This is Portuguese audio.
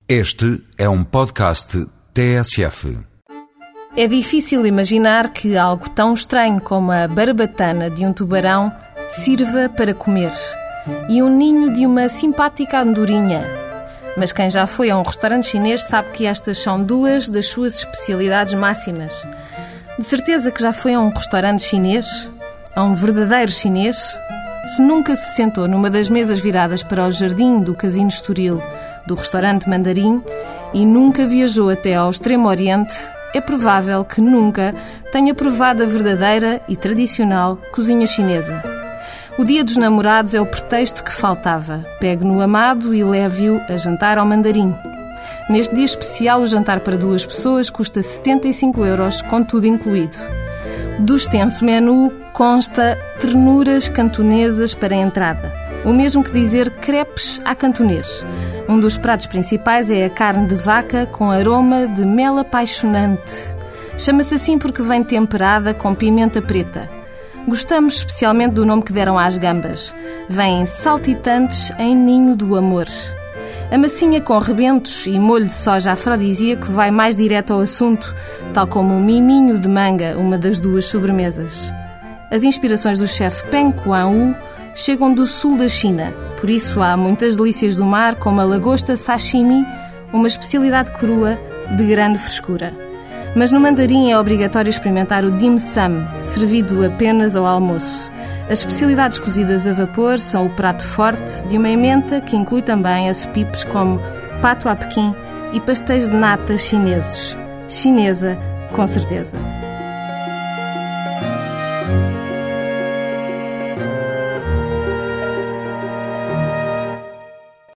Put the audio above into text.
Este é um podcast TSF. É difícil imaginar que algo tão estranho como a barbatana de um tubarão sirva para comer e um ninho de uma simpática andorinha. Mas quem já foi a um restaurante chinês sabe que estas são duas das suas especialidades máximas. De certeza que já foi a um restaurante chinês, a um verdadeiro chinês. Se nunca se sentou numa das mesas viradas para o jardim do Casino Estoril do restaurante Mandarim e nunca viajou até ao Extremo Oriente, é provável que nunca tenha provado a verdadeira e tradicional cozinha chinesa. O Dia dos Namorados é o pretexto que faltava. Pegue no amado e leve-o a jantar ao Mandarim. Neste dia especial, o jantar para duas pessoas custa 75 €, com tudo incluído. Do extenso menu consta ternuras cantonesas para a entrada. O mesmo que dizer crepes à cantonês. Um dos pratos principais é a carne de vaca com aroma de mel apaixonante. Chama-se assim porque vem temperada com pimenta preta. Gostamos especialmente do nome que deram às gambas. Vêm saltitantes em ninho do amor. A massinha com rebentos e molho de soja afrodisíaco vai mais direto ao assunto, tal como o miminho de manga, uma das duas sobremesas. As inspirações do chefe Peng Kuan-u chegam do sul da China, por isso há muitas delícias do mar, como a lagosta sashimi, uma especialidade crua de grande frescura. Mas no Mandarim é obrigatório experimentar o dim sum, servido apenas ao almoço. As especialidades cozidas a vapor são o prato forte de uma ementa que inclui também acipipes como pato à Pequim e pastéis de nata chineses. Chinesa, com certeza.